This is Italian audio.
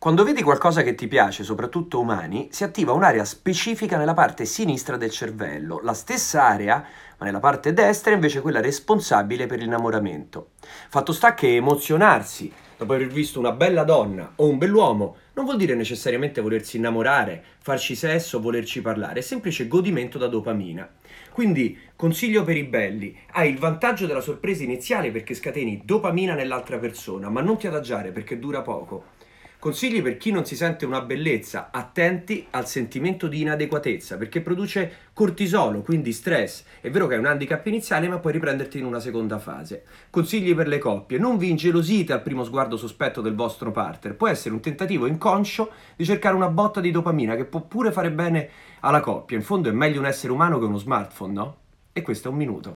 Quando vedi qualcosa che ti piace, soprattutto umani, si attiva un'area specifica nella parte sinistra del cervello, la stessa area, ma nella parte destra è invece quella responsabile per l'innamoramento. Fatto sta che emozionarsi dopo aver visto una bella donna o un bell'uomo non vuol dire necessariamente volersi innamorare, farci sesso, volerci parlare, è semplice godimento da dopamina. Quindi, consiglio per i belli, hai il vantaggio della sorpresa iniziale perché scateni dopamina nell'altra persona, ma non ti adagiare perché dura poco. Consigli per chi non si sente una bellezza: attenti al sentimento di inadeguatezza perché produce cortisolo, quindi stress. È vero che è un handicap iniziale, ma puoi riprenderti in una seconda fase. Consigli per le coppie: non vi ingelosite al primo sguardo sospetto del vostro partner, può essere un tentativo inconscio di cercare una botta di dopamina che può pure fare bene alla coppia. In fondo è meglio un essere umano che uno smartphone, no? E questo è un minuto.